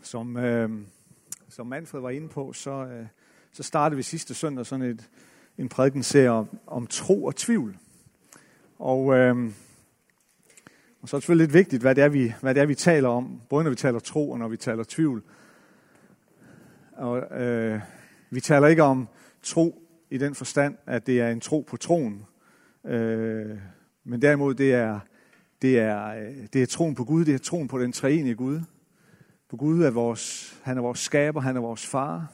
Som Manfred var inde på, så startede vi sidste søndag sådan en prædikenserie om tro og tvivl. Og så er det selvfølgelig lidt vigtigt, hvad det er, vi taler om, både når vi taler tro og når vi taler tvivl. Og vi taler ikke om tro i den forstand, at det er en tro på troen, men derimod det er troen på Gud, det er troen på den treenige Gud. På Gud han er vores skaber, han er vores far.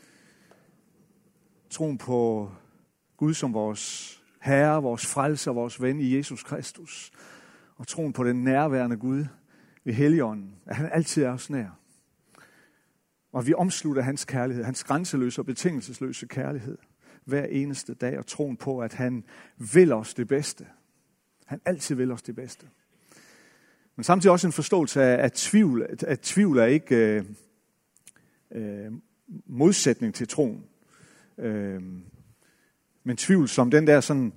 Troen på Gud som vores herre, vores frelser, vores ven i Jesus Kristus. Og troen på den nærværende Gud ved Helligånden, at han altid er os nær. Og vi omslutter hans kærlighed, hans grænseløse og betingelsesløse kærlighed hver eneste dag, og troen på, at han vil os det bedste. Han altid vil os det bedste. Men samtidig også en forståelse af, at tvivl er ikke modsætning til troen. Men tvivl som den der sådan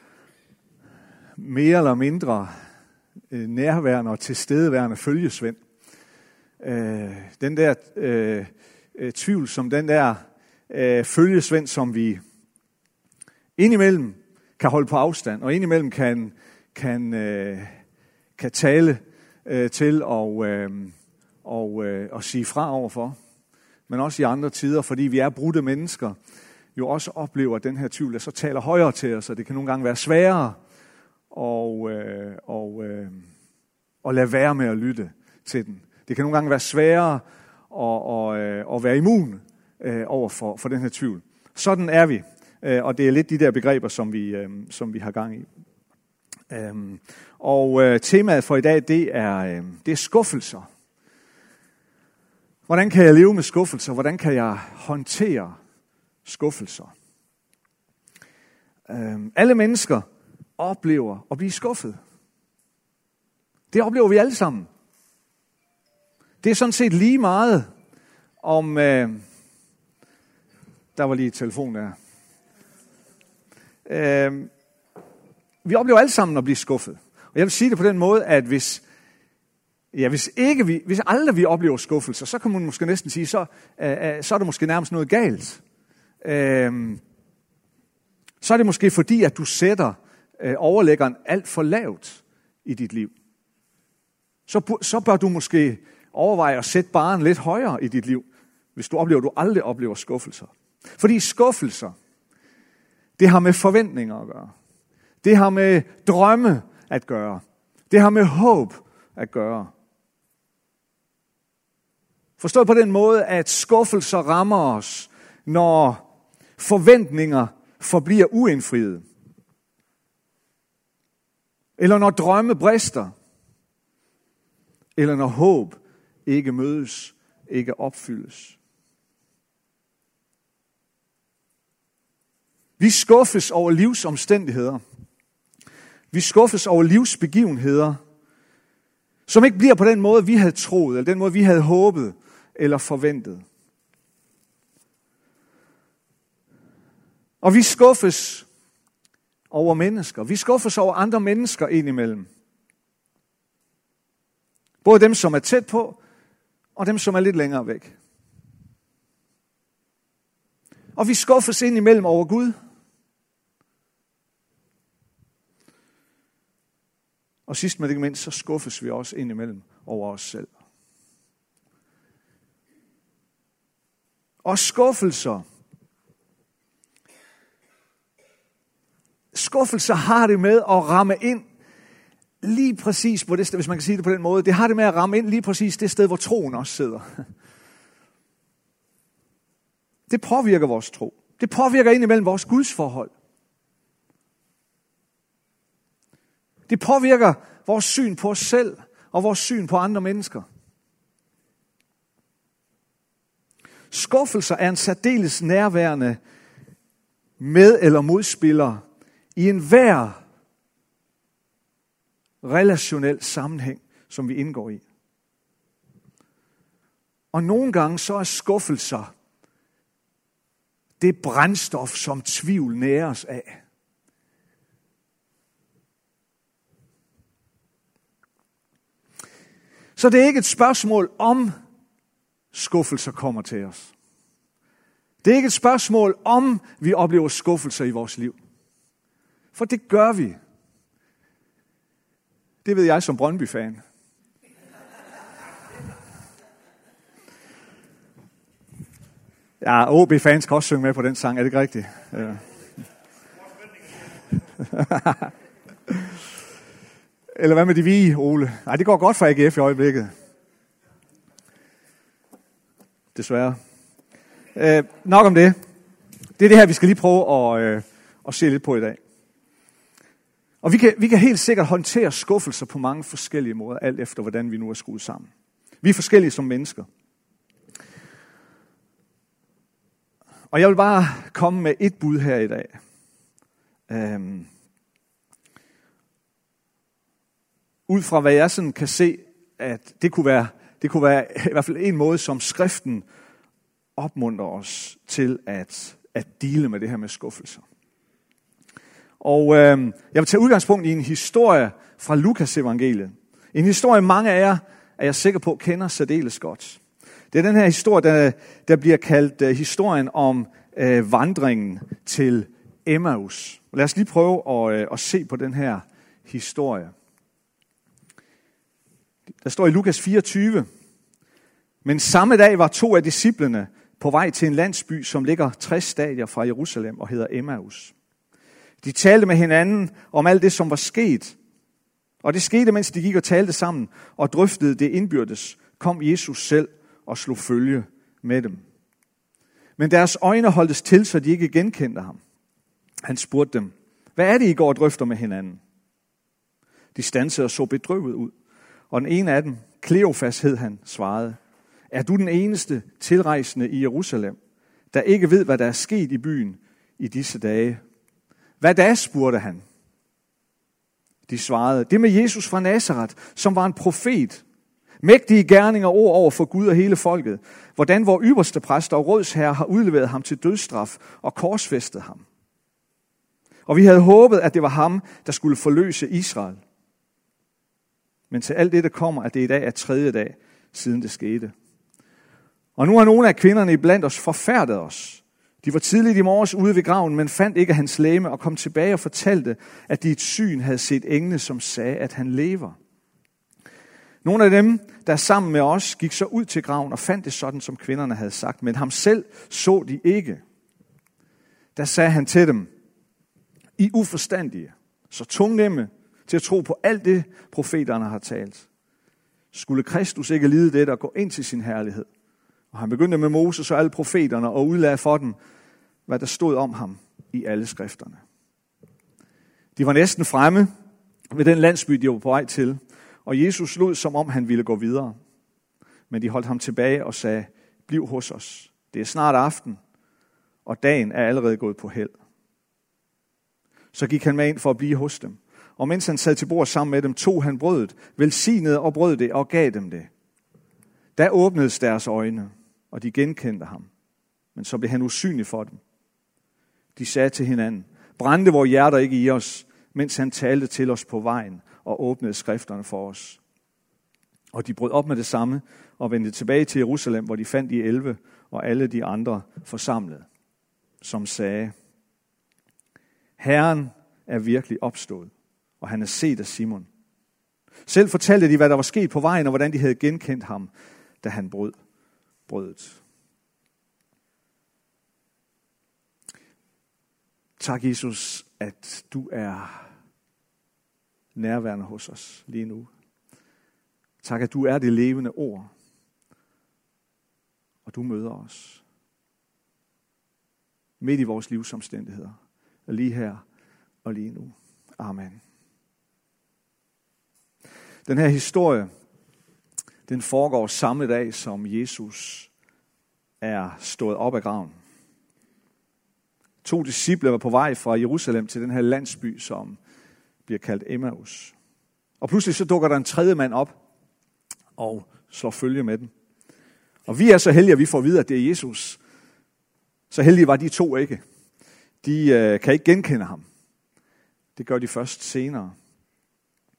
mere eller mindre nærværende og tilstedeværende følgesvend. Den der tvivl som den der følgesvend, som vi indimellem kan holde på afstand, og indimellem kan tale til og sige fra overfor, men også i andre tider, fordi vi er brudte mennesker, jo også oplever, at den her tvivl, der så taler højere til os, og det kan nogle gange være sværere at lade være med at lytte til den. Det kan nogle gange være sværere at være immun over for den her tvivl. Sådan er vi, og det er lidt de der begreber, som vi har gang i. Og temaet for i dag, det er skuffelser. Hvordan kan jeg leve med skuffelser? Hvordan kan jeg håndtere skuffelser? Alle mennesker oplever at blive skuffet. Det oplever vi alle sammen. Det er sådan set lige meget om... der var lige et telefon der. Vi oplever alle sammen at blive skuffet. Og jeg vil sige det på den måde, at hvis aldrig vi oplever skuffelser, så kan man måske næsten sige, så er det måske nærmest noget galt. Så er det måske fordi, at du sætter overlæggeren alt for lavt i dit liv. Så bør du måske overveje at sætte barren lidt højere i dit liv, hvis du oplever, at du aldrig oplever skuffelser. Fordi skuffelser, det har med forventninger at gøre. Det har med drømme at gøre. Det har med håb at gøre. Forstået på den måde, at skuffelser rammer os, når forventninger forbliver uindfriede. Eller når drømme brister. Eller når håb ikke mødes, ikke opfyldes. Vi skuffes over livsomstændigheder. Vi skuffes over livsbegivenheder, som ikke bliver på den måde, vi havde troet, eller den måde, vi havde håbet eller forventet. Og vi skuffes over mennesker. Vi skuffes over andre mennesker indimellem. Både dem, som er tæt på, og dem, som er lidt længere væk. Og vi skuffes indimellem over Gud. Og sidst men ikke mindst, så skuffes vi også indimellem over os selv. Og skuffelser har det med at ramme ind lige præcis på det sted, hvis man kan sige det på den måde. Det har det med at ramme ind lige præcis det sted, hvor troen også sidder. Det påvirker vores tro. Det påvirker indimellem vores gudsforhold. Det påvirker vores syn på os selv og vores syn på andre mennesker. Skuffelser er en særdeles nærværende med- eller modspiller i enhver relationel sammenhæng, som vi indgår i. Og nogle gange så er skuffelser det brændstof, som tvivl næres af. Så det er ikke et spørgsmål om skuffelser kommer til os. Det er ikke et spørgsmål, om vi oplever skuffelser i vores liv. For det gør vi. Det ved jeg som Brøndby-fan. Ja, OB-fans kan også synge med på den sang, er det ikke rigtigt? Ja. Eller hvad med de Vige, Ole? Nej, det går godt for AGF i øjeblikket. Desværre. Nok om det. Det er det her, vi skal lige prøve at se lidt på i dag. Og vi kan helt sikkert håndtere skuffelser på mange forskellige måder, alt efter hvordan vi nu er skruet sammen. Vi er forskellige som mennesker. Og jeg vil bare komme med et bud her i dag. Ud fra hvad jeg sådan kan se, at det kunne være i hvert fald en måde, som skriften opmuntrer os til at deale med det her med skuffelser. Og jeg vil tage udgangspunkt i en historie fra Lukas evangeliet. En historie mange af jer, er jeg sikker på, kender særdeles godt. Det er den her historie, der bliver kaldt historien om vandringen til Emmaus. Lad os lige prøve at se på den her historie. Der står i Lukas 24. Men samme dag var 2 af disciplene på vej til en landsby, som ligger 60 stadier fra Jerusalem og hedder Emmaus. De talte med hinanden om alt det, som var sket. Og det skete, mens de gik og talte sammen og drøftede det indbyrdes, kom Jesus selv og slog følge med dem. Men deres øjne holdtes til, så de ikke genkendte ham. Han spurgte dem, hvad er det, I går og drøfter med hinanden? De standsede og så bedrøvet ud. Og den ene af dem, Kleofas hed han, svarede, er du den eneste tilrejsende i Jerusalem, der ikke ved, hvad der er sket i byen i disse dage? Hvad da, spurgte han. De svarede, det med Jesus fra Nazaret, som var en profet, mægtige gerninger ord over for Gud og hele folket, hvordan vor ypperste præster og rådsherre har udleveret ham til dødsstraf og korsfæstet ham. Og vi havde håbet, at det var ham, der skulle forløse Israel. Men til alt det, der kommer, at det i dag er 3. dag, siden det skete. Og nu har nogle af kvinderne iblandt os forfærdet os. De var tidligt i morges ude ved graven, men fandt ikke hans legeme og kom tilbage og fortalte, at de i et syn havde set engle, som sagde, at han lever. Nogle af dem, der sammen med os, gik så ud til graven og fandt det sådan, som kvinderne havde sagt, men ham selv så de ikke. Der sagde han til dem, I uforstandige, så tungnemme til at tro på alt det, profeterne har talt. Skulle Kristus ikke lide det og gå ind til sin herlighed? Og han begyndte med Moses og alle profeterne og udlagde for dem, hvad der stod om ham i alle skrifterne. De var næsten fremme ved den landsby, de var på vej til, og Jesus lod, som om han ville gå videre. Men de holdt ham tilbage og sagde, bliv hos os. Det er snart aften, og dagen er allerede gået på held. Så gik han med ind for at blive hos dem. Og mens han sad til bord sammen med dem, tog han brødet, velsignede og brød det og gav dem det. Da åbnedes deres øjne, og de genkendte ham. Men så blev han usynlig for dem. De sagde til hinanden, brændte vores hjerter ikke i os, mens han talte til os på vejen og åbnede skrifterne for os. Og de brød op med det samme og vendte tilbage til Jerusalem, hvor de fandt de 11 og alle de andre forsamlet, som sagde, Herren er virkelig opstået, og han er set af Simon. Selv fortalte de, hvad der var sket på vejen, og hvordan de havde genkendt ham, da han brød brødet. Tak, Jesus, at du er nærværende hos os lige nu. Tak, at du er det levende ord, og du møder os midt i vores livsomstændigheder, og lige her og lige nu. Amen. Den her historie, den foregår samme dag, som Jesus er stået op af graven. 2 disciple var på vej fra Jerusalem til den her landsby, som bliver kaldt Emmaus. Og pludselig så dukker der en 3. mand op og slår følge med dem. Og vi er så heldige, at vi får at vide, at det er Jesus. Så heldige var de 2 ikke. De kan ikke genkende ham. Det gør de først senere.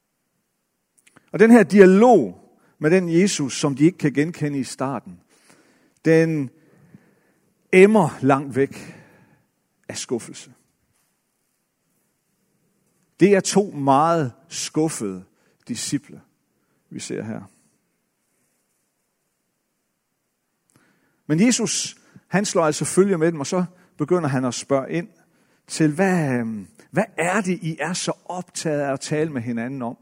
Og den her dialog med den Jesus, som de ikke kan genkende i starten, den emmer langt væk af skuffelse. Det er 2 meget skuffede disciple, vi ser her. Men Jesus, han slår altså følge med dem, og så begynder han at spørge ind til, hvad er det, I er så optaget af at tale med hinanden om?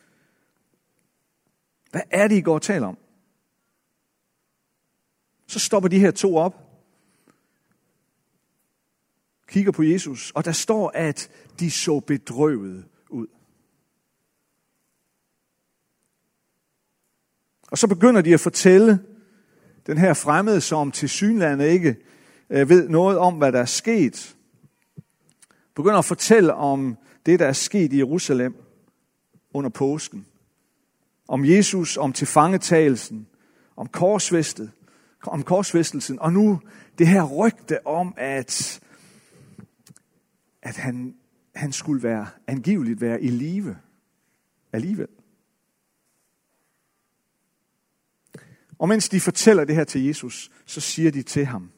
Hvad er det, I går og taler om? Så stopper de her 2 op, kigger på Jesus, og der står, at de så bedrøvet ud. Og så begynder de at fortælle den her fremmede, som tilsyneladende ikke ved noget om, hvad der er sket, begynder at fortælle om det, der er sket i Jerusalem under påsken. Om Jesus, om tilfangetagelsen, om korsfæstelsen, og nu det her rygte om, at han skulle angiveligt være i live alligevel. Og mens de fortæller det her til Jesus, så siger de til ham,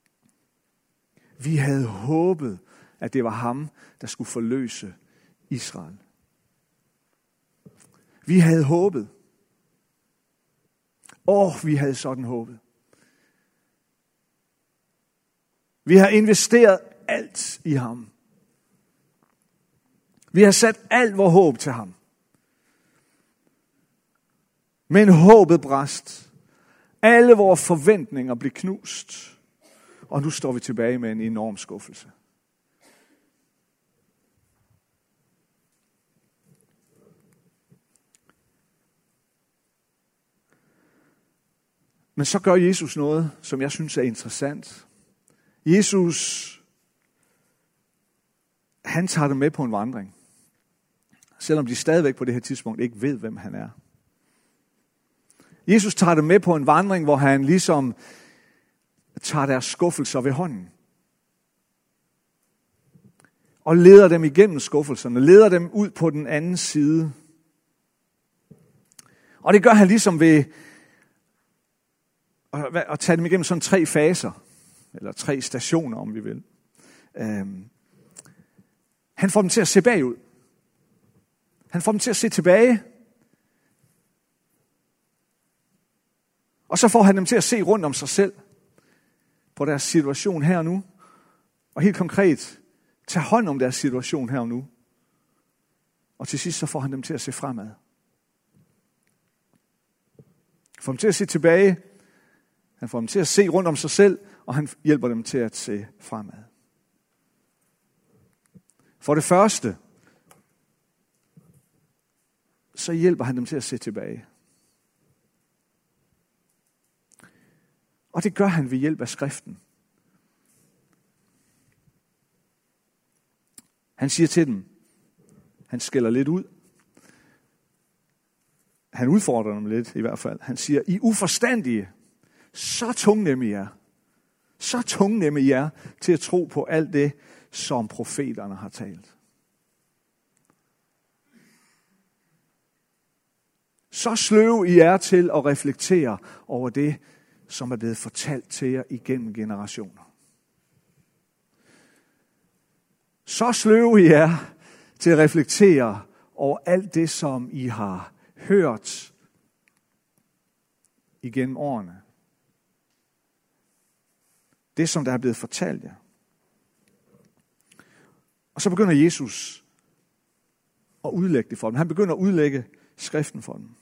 vi havde håbet, at det var ham, der skulle forløse Israel. Vi havde håbet. Vi havde sådan håbet. Vi har investeret alt i ham. Vi har sat alt vores håb til ham. Men håbet brast. Alle vores forventninger blev knust. Og nu står vi tilbage med en enorm skuffelse. Men så gør Jesus noget, som jeg synes er interessant. Jesus, han tager dem med på en vandring. Selvom de stadigvæk på det her tidspunkt ikke ved, hvem han er. Jesus tager dem med på en vandring, hvor han ligesom tager deres skuffelser ved hånden. Og leder dem igennem skuffelserne, leder dem ud på den anden side. Og det gør han ligesom ved at tage dem igennem sådan 3 faser, eller 3 stationer, om vi vil. Han får dem til at se bagud. Han får dem til at se tilbage. Og så får han dem til at se rundt om sig selv, på deres situation her og nu. Og helt konkret, tage hånd om deres situation her og nu. Og til sidst så får han dem til at se fremad. Får dem til at se tilbage. Han får dem til at se rundt om sig selv, og han hjælper dem til at se fremad. For det første, så hjælper han dem til at se tilbage. Og det gør han ved hjælp af skriften. Han siger til dem, han skælder lidt ud. Han udfordrer dem lidt i hvert fald. Han siger, I uforstandige, så tungnemme I er. Så tungnemme I er til at tro på alt det, som profeterne har talt. Så sløve I er til at reflektere over det, som er blevet fortalt til jer igennem generationer. Så sløve I er til at reflektere over alt det, som I har hørt igennem årene. Det, som der er blevet fortalt jer. Og så begynder Jesus at udlægge det for dem. Han begynder at udlægge skriften for dem.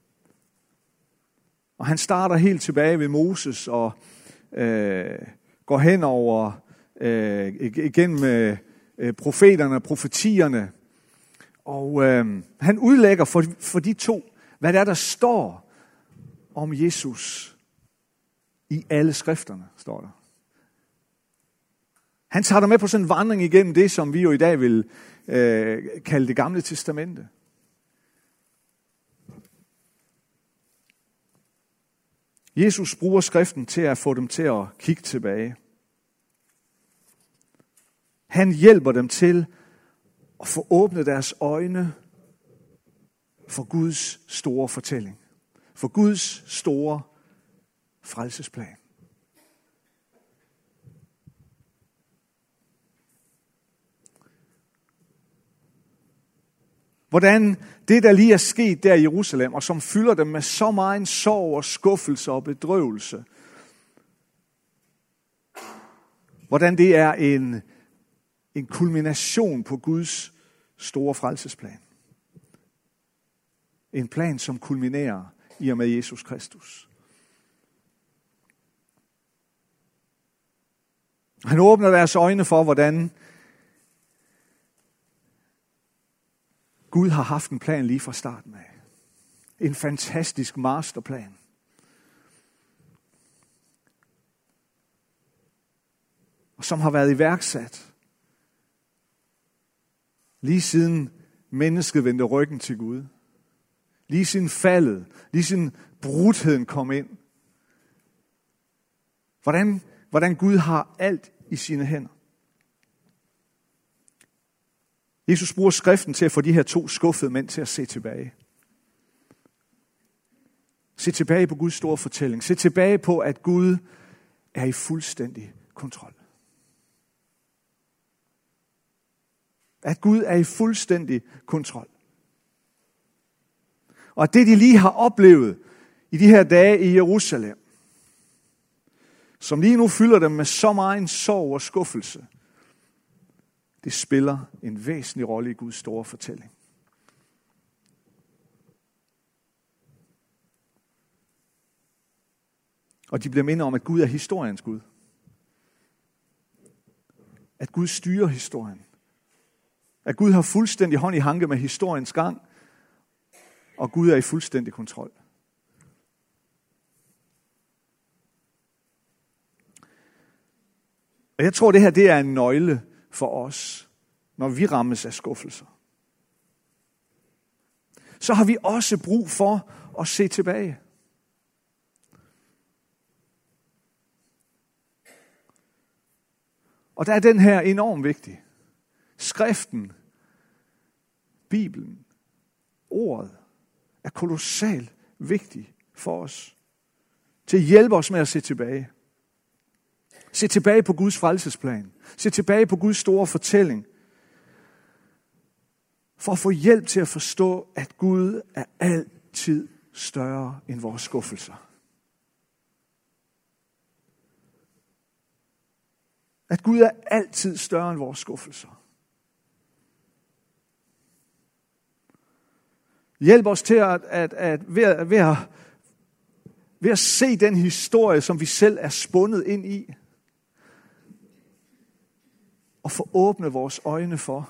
Og han starter helt tilbage ved Moses og går hen over igennem profeterne og profetierne. Og han udlægger for de 2, hvad der står om Jesus i alle skrifterne, står der. Han tager dig med på sådan en vandring igennem det, som vi jo i dag vil kalde det gamle testamente. Jesus bruger skriften til at få dem til at kigge tilbage. Han hjælper dem til at få åbnet deres øjne for Guds store fortælling. For Guds store frelsesplan. Hvordan det, der lige er sket der i Jerusalem, og som fylder dem med så meget sorg og skuffelse og bedrøvelse, hvordan det er en kulmination på Guds store frelsesplan. En plan, som kulminerer i og med Jesus Kristus. Han åbner deres øjne for, hvordan Gud har haft en plan lige fra starten af. En fantastisk masterplan. Og som har været iværksat lige siden mennesket vendte ryggen til Gud. Lige siden faldet, lige siden brudheden kom ind. Hvordan Gud har alt i sine hænder. Jesus bruger skriften til at få de her 2 skuffede mænd til at se tilbage. Se tilbage på Guds store fortælling. Se tilbage på, at Gud er i fuldstændig kontrol. At Gud er i fuldstændig kontrol. Og det, de lige har oplevet i de her dage i Jerusalem, som lige nu fylder dem med så meget sorg og skuffelse, det spiller en væsentlig rolle i Guds store fortælling. Og de bliver mindet om, at Gud er historiens Gud. At Gud styrer historien. At Gud har fuldstændig hånd i hanke med historiens gang, og Gud er i fuldstændig kontrol. Og jeg tror, det her det er en nøgle for os, når vi rammes af skuffelser. Så har vi også brug for at se tilbage. Og der er den her enormt vigtig. Skriften, Bibelen, ordet er kolossalt vigtig for os. Til at hjælpe os med at se tilbage. Se tilbage på Guds frelsesplan. Se tilbage på Guds store fortælling. For at få hjælp til at forstå, at Gud er altid større end vores skuffelser. At Gud er altid større end vores skuffelser. Hjælp os til at ved at se den historie, som vi selv er spundet ind i, og få åbnet vores øjne for,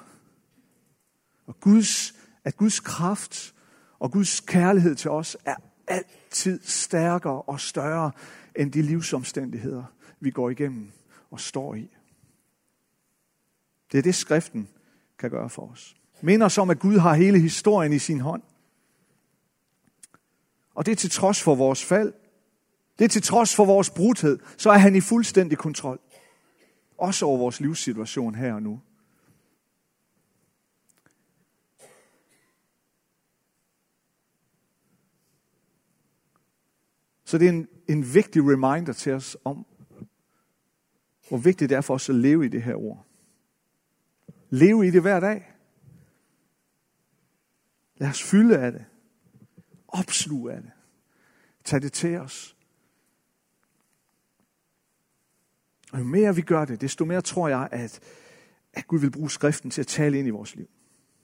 at Guds kraft og Guds kærlighed til os er altid stærkere og større end de livsomstændigheder, vi går igennem og står i. Det er det, skriften kan gøre for os. Minder os om, at Gud har hele historien i sin hånd. Og det er til trods for vores fald. Det er til trods for vores brudhed. Så er han i fuldstændig kontrol. Også over vores livssituation her og nu. Så det er en vigtig reminder til os om, hvor vigtigt det er for os at leve i det her ord. Leve i det hver dag. Lad os fylde af det. Opsluge af det. Tag det til os. Og jo mere vi gør det, desto mere tror jeg, at Gud vil bruge skriften til at tale ind i vores liv.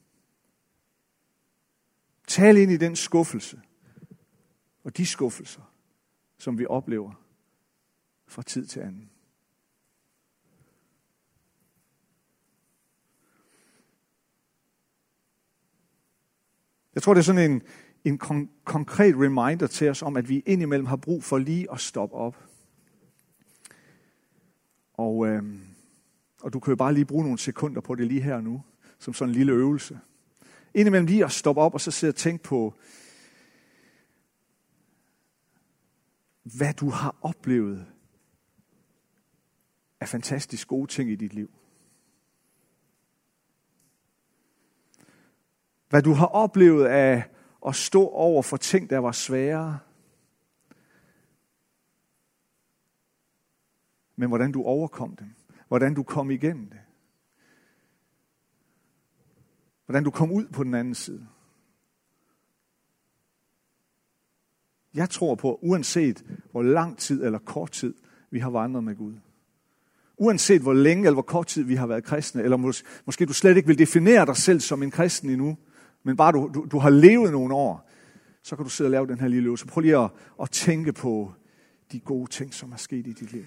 Tale ind i den skuffelse og de skuffelser, som vi oplever fra tid til anden. Jeg tror, det er sådan en konkret reminder til os om, at vi indimellem har brug for lige at stoppe op. Og du kan jo bare lige bruge nogle sekunder på det lige her og nu, som sådan en lille øvelse. Indimellem lige at stoppe op og så sidde og tænke på, hvad du har oplevet af fantastisk gode ting i dit liv. Hvad du har oplevet af at stå over for ting, der var svære. Men hvordan du overkom dem. Hvordan du kom igennem det. hvordan du kom ud på den anden side. Jeg tror på, uanset hvor lang tid eller kort tid vi har vandret med Gud, uanset hvor længe eller hvor kort tid vi har været kristne, eller måske du slet ikke vil definere dig selv som en kristen endnu, men bare du har levet nogle år, så kan du sidde og lave den her lille øvelse. Prøv lige at tænke på de gode ting, som er sket i dit liv.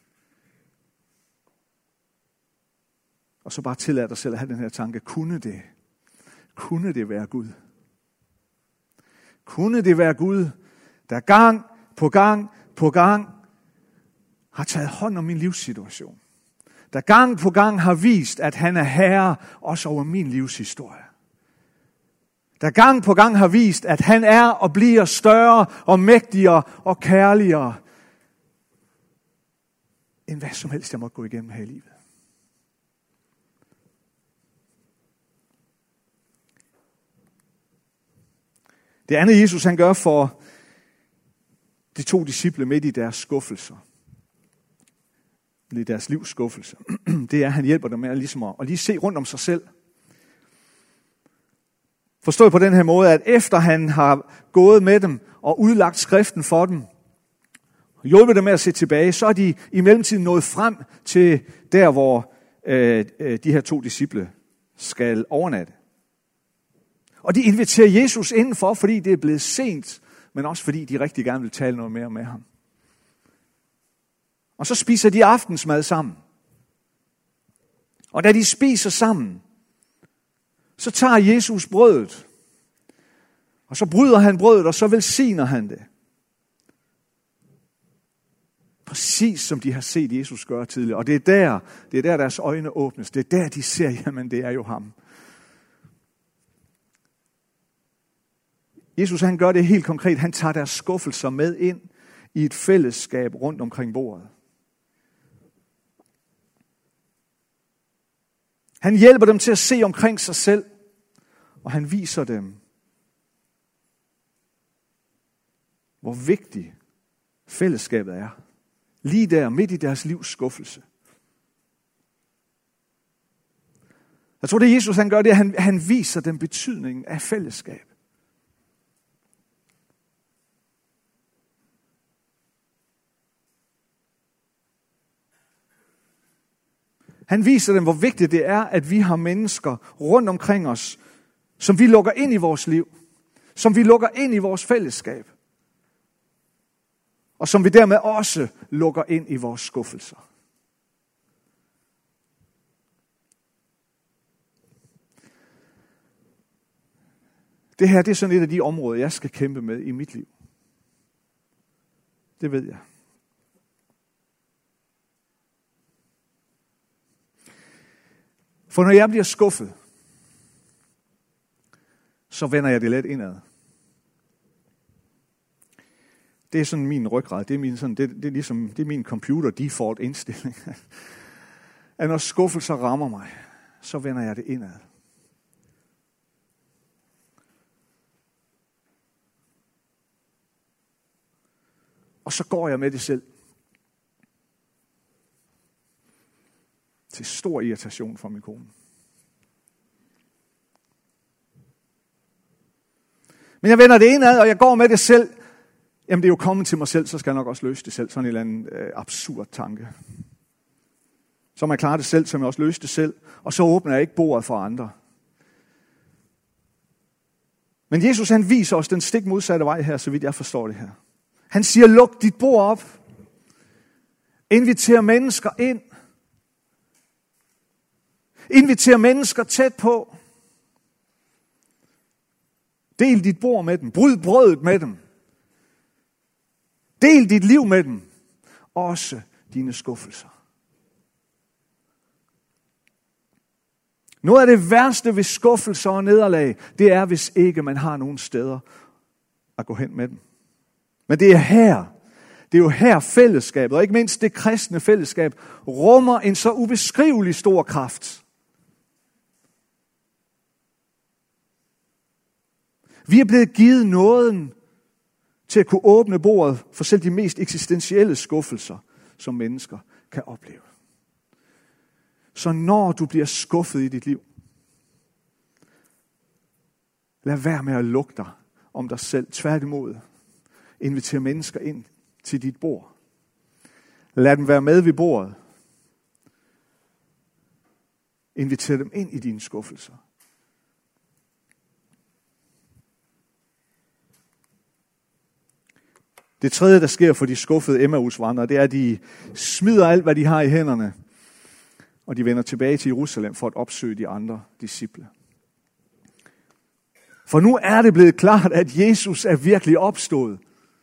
Og så bare tillade dig selv at have den her tanke. Kunne det være Gud? Kunne det være Gud, der gang på gang har taget hånd om min livssituation? Der gang på gang har vist, at han er herre også over min livshistorie. Der gang på gang har vist, at han er og bliver større og mægtigere og kærligere, end hvad som helst jeg måtte gå igennem her i livet. Det andet Jesus han gør for de 2 disciple midt i deres skuffelser, i deres livs skuffelse, det er, at han hjælper dem med ligesom at lige se rundt om sig selv. Forstået på den her måde, at efter han har gået med dem og udlagt skriften for dem, og hjulpet dem med at se tilbage, så er de i mellemtiden nået frem til der, hvor de her 2 disciple skal overnatte. Og de inviterer Jesus indenfor, fordi det er blevet sent, men også fordi de rigtig gerne vil tale noget mere med ham. Og så spiser de aftensmad sammen. Og da de spiser sammen, så tager Jesus brødet. Og så bryder han brødet, og så velsigner han det. Præcis som de har set Jesus gøre tidligere. Og det er der deres øjne åbnes. Det er der, de ser, jamen det er jo ham. Jesus han gør det helt konkret. Han tager deres skuffelser med ind i et fællesskab rundt omkring bordet. Han hjælper dem til at se omkring sig selv, og han viser dem, hvor vigtigt fællesskabet er. Lige der, midt i deres livs skuffelse. Jeg tror, det Jesus han gør, det er, at han viser dem betydningen af fællesskab. Han viser dem, hvor vigtigt det er, at vi har mennesker rundt omkring os, som vi lukker ind i vores liv, som vi lukker ind i vores fællesskab, og som vi dermed også lukker ind i vores skuffelser. Det her, det er sådan et af de områder, jeg skal kæmpe med i mit liv. Det ved jeg. For når jeg bliver skuffet, så vender jeg det let indad. Det er sådan min ryggrad. Det er min computer default indstilling. At når skuffelser rammer mig, så vender jeg det indad. Og så går jeg med det selv. Til stor irritation for min kone. Men jeg vender det indad, og jeg går med det selv. Jamen det er jo kommet til mig selv, så skal jeg nok også løse det selv. Sådan en eller anden absurd tanke. Så må jeg klare det selv, så må jeg også løse det selv. Og så åbner jeg ikke bordet for andre. Men Jesus han viser os den stik modsatte vej her, så vidt jeg forstår det her. Han siger, luk dit bord op. Inviter mennesker ind. Inviter mennesker tæt på. Del dit bord med dem. Bryd brødet med dem. Del dit liv med dem. Også dine skuffelser. Noget af det værste ved skuffelser og nederlag, det er, hvis ikke man har nogen steder at gå hen med dem. Men det er jo her fællesskabet, og ikke mindst det kristne fællesskab, rummer en så ubeskrivelig stor kraft. Vi er blevet givet nåden til at kunne åbne bordet for selv de mest eksistentielle skuffelser, som mennesker kan opleve. Så når du bliver skuffet i dit liv, Lad være med at lukke dig om dig selv. Tværtimod, inviter mennesker ind til dit bord. Lad dem være med ved bordet. Inviter dem ind i dine skuffelser. Det tredje, der sker for de skuffede Emmausvandrere, det er, at de smider alt, hvad de har i hænderne, og de vender tilbage til Jerusalem for at opsøge de andre disciple. For nu er det blevet klart, at Jesus er virkelig opstået.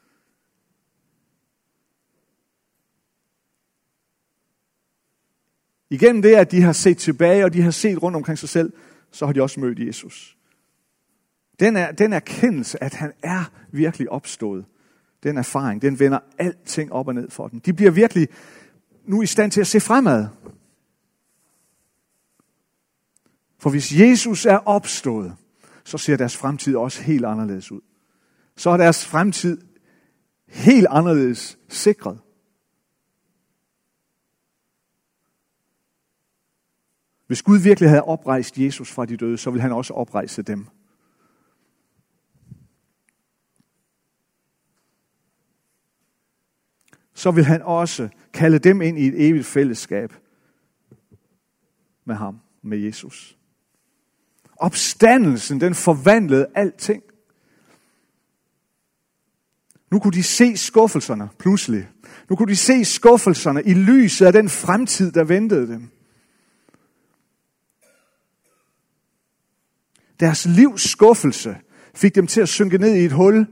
Igennem det, at de har set tilbage, og de har set rundt omkring sig selv, så har de også mødt Jesus. Den erkendelse, at han er virkelig opstået, den erfaring, den vender alting op og ned for dem. De bliver virkelig nu i stand til at se fremad. For hvis Jesus er opstået, så ser deres fremtid også helt anderledes ud. Så er deres fremtid helt anderledes sikret. Hvis Gud virkelig havde oprejst Jesus fra de døde, så ville han også oprejse dem. Så vil han også kalde dem ind i et evigt fællesskab med ham, med Jesus. Opstandelsen, den forvandlede alting. Nu kunne de se skuffelserne pludselig. Nu kunne de se skuffelserne i lyset af den fremtid, der ventede dem. Deres livs skuffelse fik dem til at synke ned i et hul,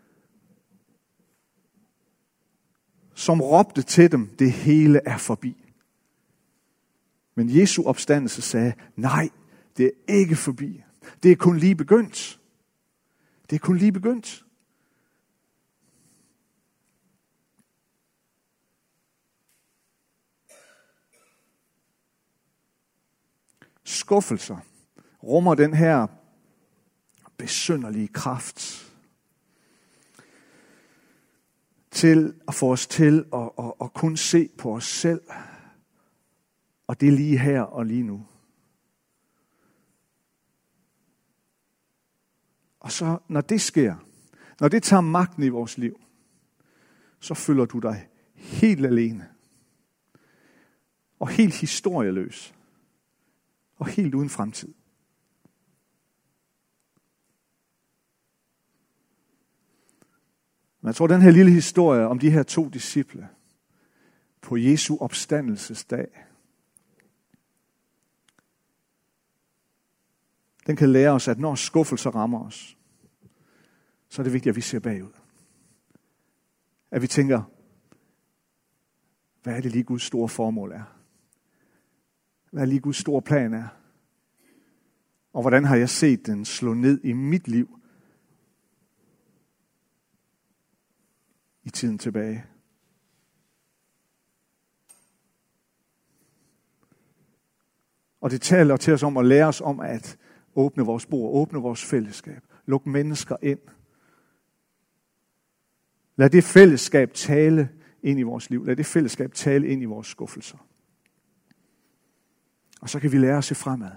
som råbte til dem, det hele er forbi. Men Jesu opstandelse sagde, nej, det er ikke forbi. Det er kun lige begyndt. Det er kun lige begyndt. Skuffelser rummer den her besynderlige kraft til at få os til at kun se på os selv. Og det er lige her og lige nu. Og så når det sker, når det tager magten i vores liv, så føler du dig helt alene. Og helt historieløs. Og helt uden fremtid. Men jeg tror, den her lille historie om de her 2 disciple på Jesu opstandelsesdag, den kan lære os, at når skuffelser rammer os, så er det vigtigt, at vi ser bagud. At vi tænker, hvad er det lige Guds store formål er? Hvad er lige Guds store plan er? Og hvordan har jeg set den slå ned i mit liv i tiden tilbage? Og det taler til os om at lære os om at åbne vores bord, åbne vores fællesskab, lukke mennesker ind. Lad det fællesskab tale ind i vores liv. Lad det fællesskab tale ind i vores skuffelser. Og så kan vi lære at se fremad.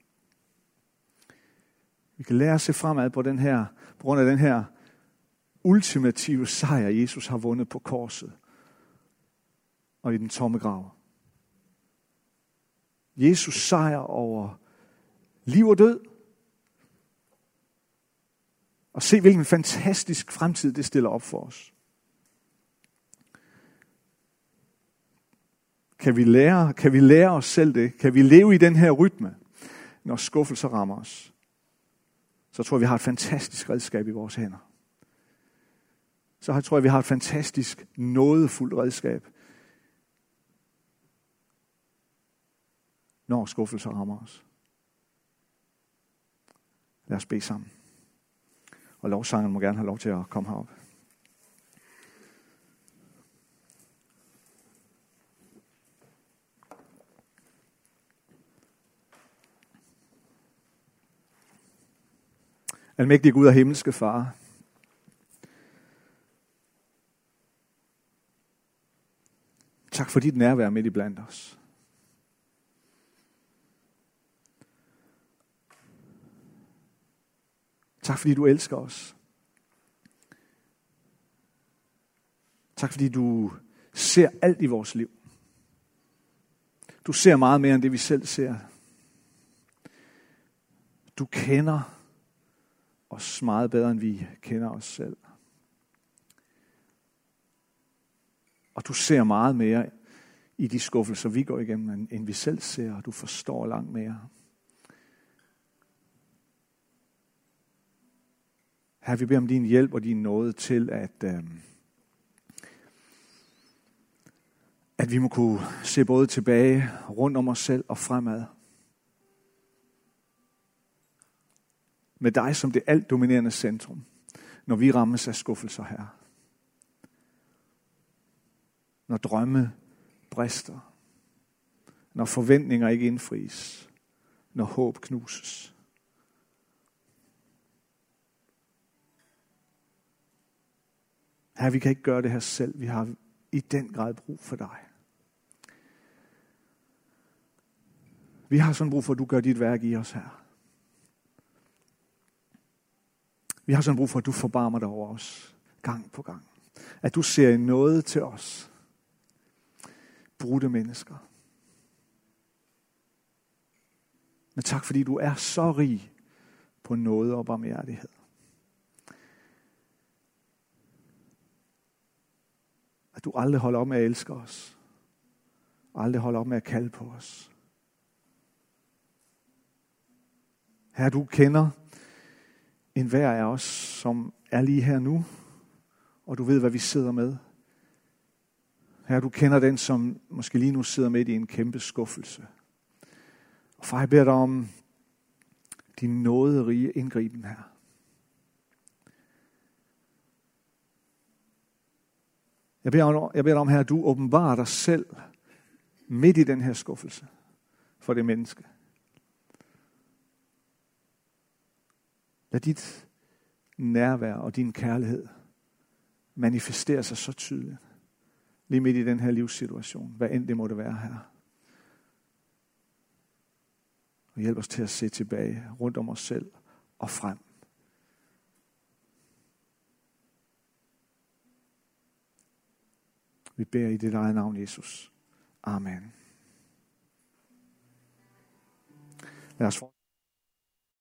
Vi kan lære at se fremad på grund af den her ultimative sejr, Jesus har vundet på korset og i den tomme grav. Jesus sejr over liv og død. Og se, hvilken fantastisk fremtid det stiller op for os. Kan vi lære os selv det? Kan vi leve i den her rytme, når skuffelser rammer os? Så tror jeg, vi har et fantastisk redskab i vores hænder. Så tror jeg, vi har et fantastisk nådefuldt redskab, når skuffelser rammer os. Lad os bede sammen. Og lovsangeren må gerne have lov til at komme herop. Almægtige Gud og himmelske Far, tak for dit nærvær midt i blandt os. Tak fordi du elsker os. Tak fordi du ser alt i vores liv. Du ser meget mere end det vi selv ser. Du kender os meget bedre end vi kender os selv. Og du ser meget mere i de skuffelser vi går igennem end vi selv ser, og du forstår langt mere. Herre, vi beder om din hjælp og din nåde til, at vi må kunne se både tilbage, rundt om os selv og fremad. Med dig som det alt dominerende centrum, når vi rammes af skuffelser, Herre. Når drømme brister. Når forventninger ikke indfries. Når håb knuses. Herre, vi kan ikke gøre det her selv. Vi har i den grad brug for dig. Vi har sådan brug for, at du gør dit værk i os, her. Vi har sådan brug for, at du forbarmer dig over os gang på gang. At du ser i noget til os. Brudte mennesker. Men tak, fordi du er så rig på nåde og barmhjertighed. At du aldrig holder op med at elske os. Og aldrig holder op med at kalde på os. Herre, du kender enhver af os, som er lige her nu. Og du ved, hvad vi sidder med. Herre, du kender den, som måske lige nu sidder midt i en kæmpe skuffelse. Og far, jeg beder dig om din nåderige indgriben her. Jeg beder dig om her, at du åbenbarer dig selv midt i den her skuffelse for det menneske. Lad dit nærvær og din kærlighed manifestere sig så tydeligt. Lige midt i den her livssituation. Hvad end det måtte være her. Og hjælp os til at se tilbage rundt om os selv og frem. Vi beder i dit eget navn, Jesus. Amen. Lad os